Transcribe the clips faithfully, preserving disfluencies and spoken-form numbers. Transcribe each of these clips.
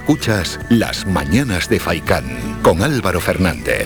Escuchas Las Mañanas de Faikán con Álvaro Fernández.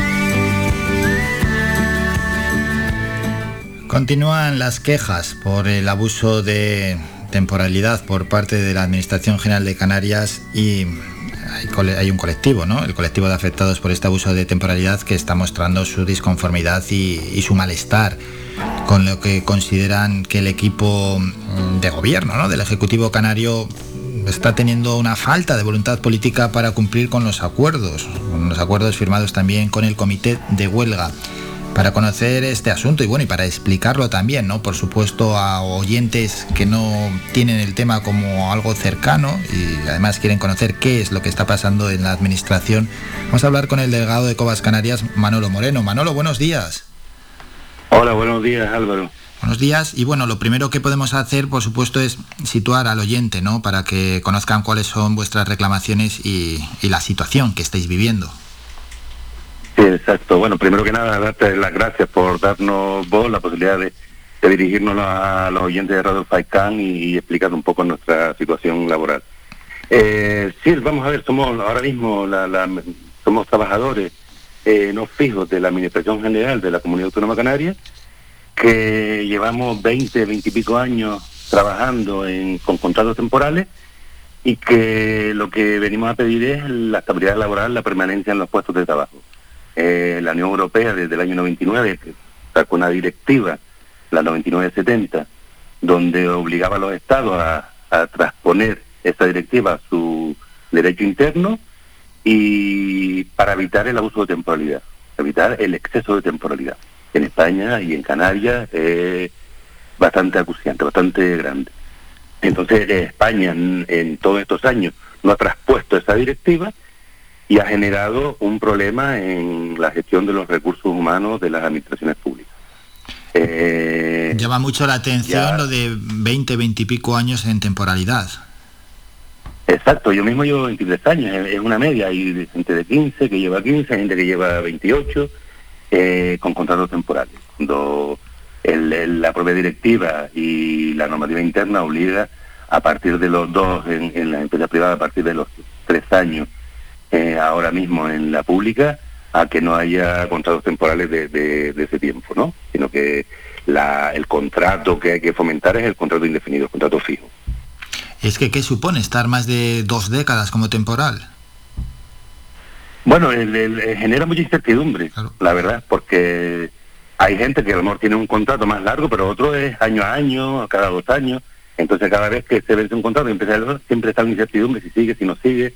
Continúan las quejas por el abuso de temporalidad por parte de la Administración General de Canarias y hay, cole- hay un colectivo, ¿no? El colectivo de afectados por este abuso de temporalidad que está mostrando su disconformidad y, y su malestar con lo que consideran que el equipo de gobierno, ¿no?, del Ejecutivo canario está teniendo una falta de voluntad política para cumplir con los acuerdos, con los acuerdos firmados también con el Comité de Huelga. Para conocer este asunto y bueno, y para explicarlo también, ¿no?, por supuesto, a oyentes que no tienen el tema como algo cercano y además quieren conocer qué es lo que está pasando en la administración, vamos a hablar con el delegado de Cobas Canarias, Manolo Moreno. Manolo, buenos días. Hola, buenos días, Álvaro. Buenos días. Y bueno, lo primero que podemos hacer, por supuesto, es situar al oyente, ¿no?, para que conozcan cuáles son vuestras reclamaciones y, y la situación que estáis viviendo. Sí, exacto. Bueno, primero que nada, darte las gracias por darnos vos la posibilidad de, de dirigirnos a los oyentes de Radio Faikán y, y explicar un poco nuestra situación laboral. Eh, sí, vamos a ver, somos ahora mismo la, la, somos trabajadores eh, no fijos de la Administración General de la Comunidad Autónoma Canaria, que llevamos veinte, veinte y pico años trabajando en, con contratos temporales y que lo que venimos a pedir es la estabilidad laboral, la permanencia en los puestos de trabajo. Eh, la Unión Europea desde el año noventa y nueve que sacó una directiva, la noventa y nueve setenta, donde obligaba a los estados a, a transponer esa directiva a su derecho interno y para evitar el abuso de temporalidad, evitar el exceso de temporalidad. En España y en Canarias es bastante acuciante, bastante grande. Entonces España en, en todos estos años no ha traspuesto esa directiva y ha generado un problema en la gestión de los recursos humanos de las administraciones públicas. Eh, Llama mucho la atención ya, lo de veinte, veinte y pico años en temporalidad. Exacto, yo mismo llevo veintitrés años, es, es una media, hay gente de quince que lleva quince, gente que lleva veintiocho, eh, con contratos temporales. Cuando el, el, la propia directiva y la normativa interna obliga a partir de los dos en, en la empresa privada, a partir de los tres años, Eh, ahora mismo en la pública, a que no haya contratos temporales de, de, de ese tiempo, ¿no? Sino que la, el contrato que hay que fomentar es el contrato indefinido, el contrato fijo. Es que, ¿qué supone estar más de dos décadas como temporal? Bueno, el, el, el genera mucha incertidumbre, claro, la verdad, porque hay gente que a lo mejor tiene un contrato más largo, pero otro es año a año, cada dos años, entonces cada vez que se vence un contrato, empieza, siempre está en incertidumbre si sigue, si no sigue.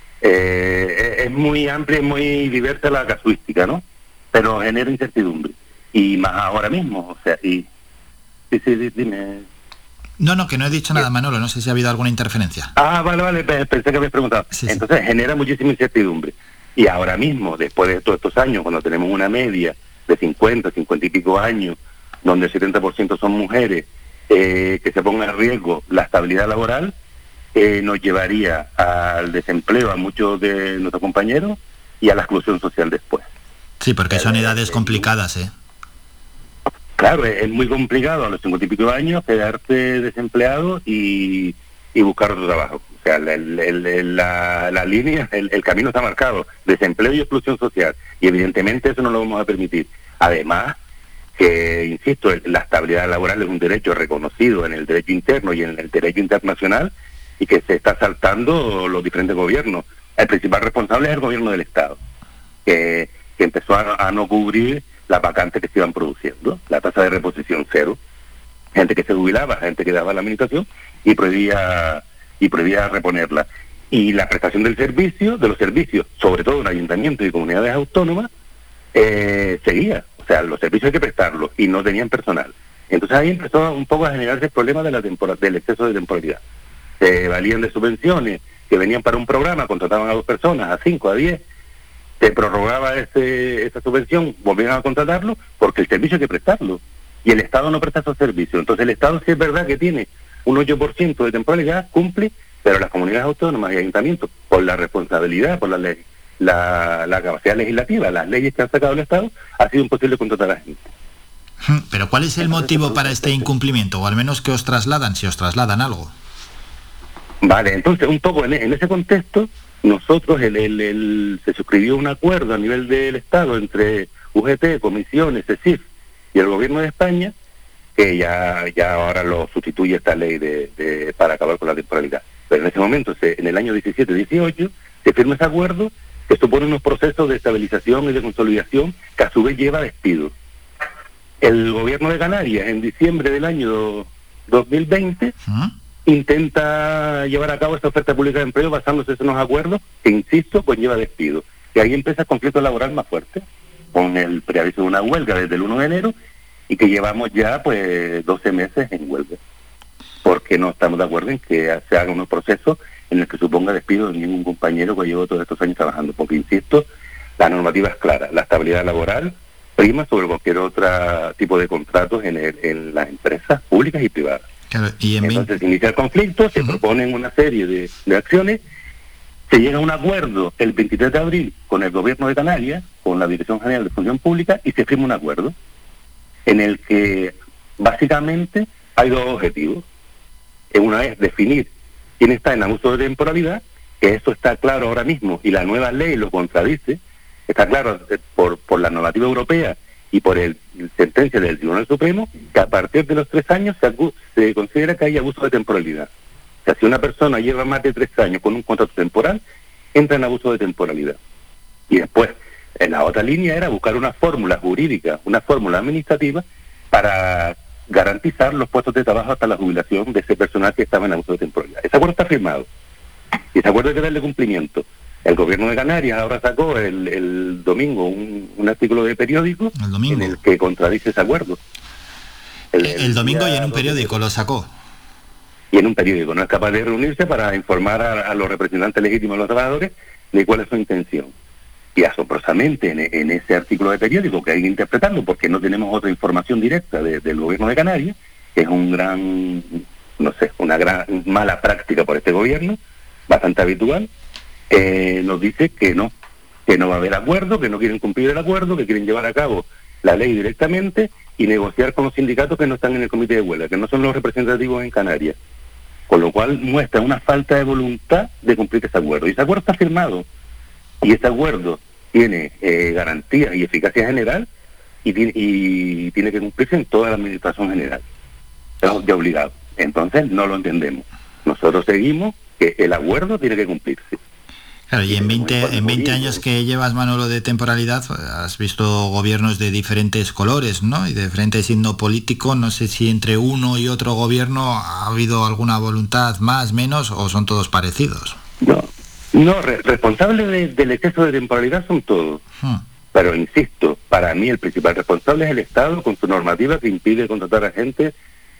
Eh, es muy amplia y muy diversa la casuística, ¿no? Pero genera incertidumbre. Y más ahora mismo, o sea, y... Sí, sí, dime... No, no, que no he dicho nada, Manolo, no sé si ha habido alguna interferencia. Ah, vale, vale, pensé que habías preguntado. Sí, Entonces, sí. genera muchísima incertidumbre. Y ahora mismo, después de todos estos años, cuando tenemos una media de cincuenta, cincuenta y pico años, donde el setenta por ciento son mujeres, eh, que se ponga en riesgo la estabilidad laboral, Eh, nos llevaría al desempleo a muchos de nuestros compañeros y a la exclusión social después. Sí, porque son edades complicadas, ¿eh? Claro, es, es muy complicado a los cincuenta y pico años quedarte desempleado y, y buscar otro trabajo. O sea, la, la, la, la línea, el, el camino está marcado, desempleo y exclusión social, y evidentemente eso no lo vamos a permitir. Además, que, insisto, la estabilidad laboral es un derecho reconocido en el derecho interno y en el derecho internacional, y que se está saltando los diferentes gobiernos. El principal responsable es el gobierno del Estado, que, que empezó a, a no cubrir las vacantes que se iban produciendo, la tasa de reposición cero, gente que se jubilaba, gente que daba la administración y prohibía y prohibía reponerla. Y la prestación del servicio, de los servicios, sobre todo en ayuntamientos y comunidades autónomas, eh, seguía. O sea, los servicios hay que prestarlos y no tenían personal. Entonces ahí empezó un poco a generarse el problema de la tempora, del exceso de temporalidad. Se valían de subvenciones que venían para un programa, contrataban a dos personas, a cinco, a diez, se prorrogaba ese, esa subvención, volvían a contratarlo, porque el servicio hay que prestarlo, y el Estado no presta esos servicios. Entonces el Estado sí es verdad que tiene un ocho por ciento de temporalidad, cumple, pero las comunidades autónomas y ayuntamientos, por la responsabilidad, por la ley, la, la capacidad legislativa, las leyes que ha sacado el Estado, ha sido imposible contratar a la gente. Pero ¿cuál es el motivo para este incumplimiento? O al menos que os trasladan, si os trasladan algo. Vale, entonces un poco en, en ese contexto, nosotros el, el, el, se suscribió un acuerdo a nivel del Estado entre U G T, comisiones, C E C I F y el Gobierno de España, que ya ya ahora lo sustituye esta ley de, de para acabar con la temporalidad. Pero en ese momento, se, en el año diecisiete dieciocho, se firma ese acuerdo que supone unos procesos de estabilización y de consolidación que a su vez lleva a despidos. El Gobierno de Canarias, en diciembre del año dos mil veinte, ¿Ah? intenta llevar a cabo esta oferta pública de empleo basándose en unos acuerdos que, insisto, conlleva despido. Y ahí empieza el conflicto laboral más fuerte, con el preaviso de una huelga desde el uno de enero, y que llevamos ya pues doce meses en huelga, porque no estamos de acuerdo en que se hagan unos procesos en el que suponga despido de ningún compañero que llevo todos estos años trabajando, porque, insisto, la normativa es clara, la estabilidad laboral prima sobre cualquier otro tipo de contratos en, el, en las empresas públicas y privadas. Claro, y en Entonces, inicia el conflicto, se uh-huh. proponen una serie de, de acciones, se llega a un acuerdo el veintitrés de abril con el Gobierno de Canarias, con la Dirección General de Función Pública, y se firma un acuerdo en el que básicamente hay dos objetivos. Una es definir quién está en abuso de temporalidad, que eso está claro ahora mismo, y la nueva ley lo contradice, está claro por, por la normativa europea y por el sentencia del Tribunal Supremo, que a partir de los tres años se, acu- se considera que hay abuso de temporalidad. O sea, si una persona lleva más de tres años con un contrato temporal, entra en abuso de temporalidad. Y después, en la otra línea era buscar una fórmula jurídica, una fórmula administrativa para garantizar los puestos de trabajo hasta la jubilación de ese personal que estaba en abuso de temporalidad. Ese acuerdo está firmado. Y ese acuerdo hay que darle cumplimiento. El Gobierno de Canarias ahora sacó el, el domingo un, un artículo de periódico en el que contradice ese acuerdo. El, el, el domingo y en un periódico lo sacó. Y en un periódico. No es capaz de reunirse para informar a, a los representantes legítimos de los trabajadores de cuál es su intención. Y asombrosamente en, en ese artículo de periódico, que hay que interpretarlo porque no tenemos otra información directa de, del Gobierno de Canarias, que es un gran, no sé, una gran mala práctica por este gobierno, bastante habitual, eh, nos dice que no, que no va a haber acuerdo, que no quieren cumplir el acuerdo, que quieren llevar a cabo la ley directamente y negociar con los sindicatos que no están en el comité de huelga, que no son los representativos en Canarias. Con lo cual muestra una falta de voluntad de cumplir ese acuerdo. Y ese acuerdo está firmado. Y ese acuerdo tiene eh, garantía y eficacia general y, tiene, y tiene que cumplirse en toda la administración general. Estamos ya obligados. Entonces no lo entendemos. Nosotros seguimos que el acuerdo tiene que cumplirse. Claro, y en veinte, en veinte años que llevas, Manolo, de temporalidad, has visto gobiernos de diferentes colores, ¿no? Y de diferente signo político. No sé si entre uno y otro gobierno ha habido alguna voluntad más, menos, o son todos parecidos. No, no re- responsables de, del exceso de temporalidad son todos. Hmm. Pero insisto, para mí el principal responsable es el Estado con su normativa que impide contratar a gente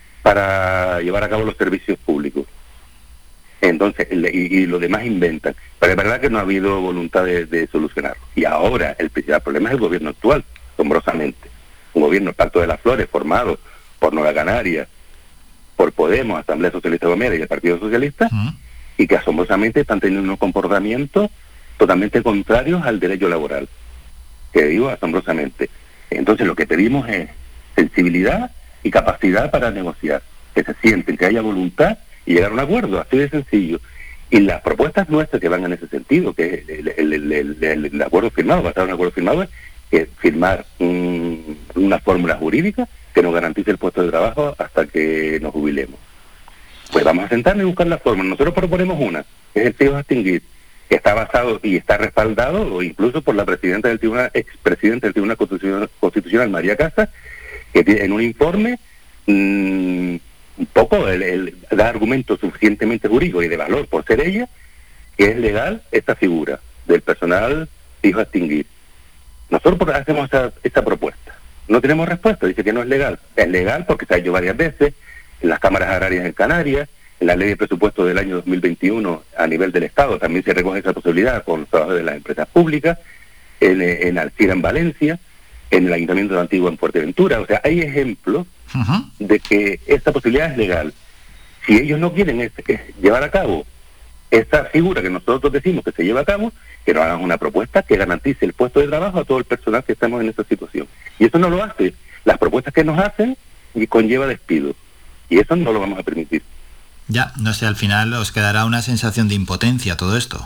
para llevar a cabo los servicios públicos. Entonces, y, y los demás inventan. Pero es verdad que no ha habido voluntad de, de solucionarlo. Y ahora el principal problema es el gobierno actual, asombrosamente. Un gobierno, el Pacto de las Flores, formado por Nueva Canarias, por Podemos, Asamblea Socialista Gomera y el Partido Socialista, uh-huh. y que asombrosamente están teniendo unos comportamientos totalmente contrarios al derecho laboral. Que digo, asombrosamente. Entonces, lo que pedimos es sensibilidad y capacidad para negociar. Que se sienten, que haya voluntad y llegar a un acuerdo, así de sencillo. Y las propuestas nuestras que van en ese sentido, que el, el, el, el, el, el acuerdo firmado, basado en un acuerdo firmado, es que firmar un, una fórmula jurídica que nos garantice el puesto de trabajo hasta que nos jubilemos. Pues vamos a sentarnos y buscar la fórmula. Nosotros proponemos una, que es el fijo a extinguir, que está basado y está respaldado, o incluso por la presidenta del tribunal, expresidenta del Tribunal Constitucional, Constitucional María Casas, que tiene, en un informe mmm, un poco el, el, da argumentos suficientemente jurídicos y de valor por ser ella, que es legal esta figura del personal fijo a extinguir. Nosotros hacemos esa, esa propuesta. No tenemos respuesta, dice que no es legal. Es legal porque se ha hecho varias veces en las cámaras agrarias en Canarias, en la ley de presupuesto del año dos mil veintiuno a nivel del Estado también se recoge esa posibilidad con los trabajos de las empresas públicas, en, en Alcira en Valencia, en el Ayuntamiento de Antigua en Fuerteventura. O sea, hay ejemplos uh-huh. de que esta posibilidad es legal. Si ellos no quieren es, es llevar a cabo esa figura que nosotros decimos que se lleva a cabo, que nos hagan una propuesta que garantice el puesto de trabajo a todo el personal que estamos en esa situación. Y eso no lo hace. Las propuestas que nos hacen y conlleva despido. Y eso no lo vamos a permitir. Ya, no sé, al final os quedará una sensación de impotencia todo esto.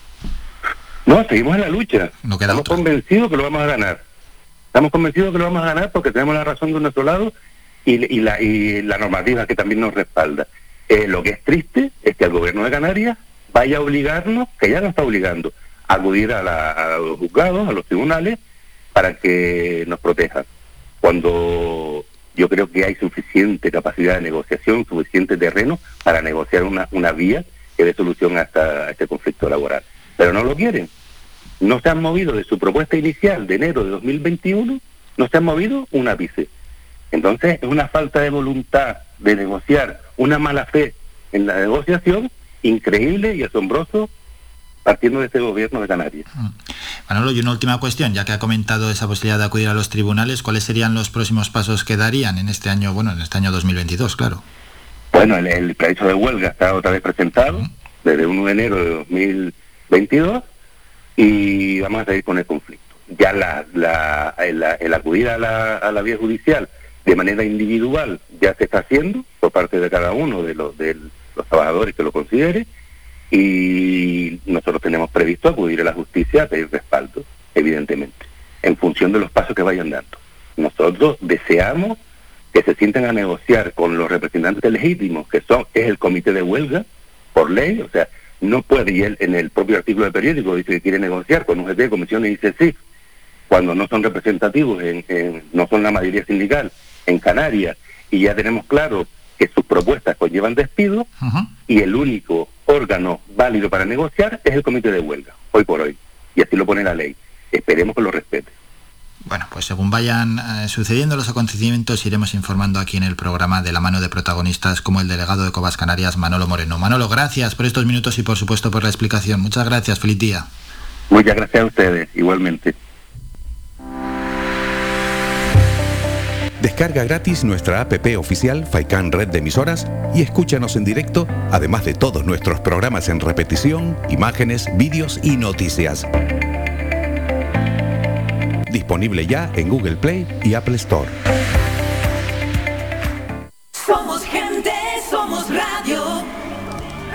No, seguimos en la lucha. No queda Estamos otra. convencidos que lo vamos a ganar. Estamos convencidos que lo vamos a ganar porque tenemos la razón de nuestro lado y, y, la, y la normativa que también nos respalda. Eh, lo que es triste es que el gobierno de Canarias vaya a obligarnos, que ya nos está obligando, a acudir a, la, a los juzgados, a los tribunales, para que nos protejan. Cuando yo creo que hay suficiente capacidad de negociación, suficiente terreno para negociar una, una vía que dé solución a, esta, a este conflicto laboral. Pero no lo quieren. No se han movido de su propuesta inicial de enero de dos mil veintiuno, no se han movido un ápice. Entonces es una falta de voluntad de negociar, una mala fe en la negociación, increíble y asombroso, partiendo de este gobierno de Canarias. Manolo, y una última cuestión, ya que ha comentado esa posibilidad de acudir a los tribunales, ¿cuáles serían los próximos pasos que darían en este año, bueno, en este año dos mil veintidós, claro? Bueno, el, el preaviso de huelga está otra vez presentado, uh-huh. desde el uno de enero de dos mil veintidós, y vamos a seguir con el conflicto. Ya la, la, el, el acudir a la, a la vía judicial de manera individual ya se está haciendo por parte de cada uno de los, de los trabajadores que lo considere, y nosotros tenemos previsto acudir a la justicia a pedir respaldo, evidentemente, en función de los pasos que vayan dando. Nosotros deseamos que se sienten a negociar con los representantes legítimos, que son es el comité de huelga, por ley, o sea, no puede, y él en el propio artículo del periódico dice que quiere negociar con U G T, comisiones y C S I C, cuando no son representativos, en, en, no son la mayoría sindical en Canarias, y ya tenemos claro que sus propuestas conllevan despido, uh-huh. y el único órgano válido para negociar es el comité de huelga, hoy por hoy, y así lo pone la ley. Esperemos que lo respete. Bueno, pues según vayan eh, sucediendo los acontecimientos, iremos informando aquí en el programa de la mano de protagonistas como el delegado de Cobas Canarias, Manolo Moreno. Manolo, gracias por estos minutos y por supuesto por la explicación. Muchas gracias, feliz día. Muchas gracias a ustedes, igualmente. Descarga gratis nuestra app oficial Faikan Red de Emisoras y escúchanos en directo, además de todos nuestros programas en repetición, imágenes, vídeos y noticias. Disponible ya en Google Play y Apple Store.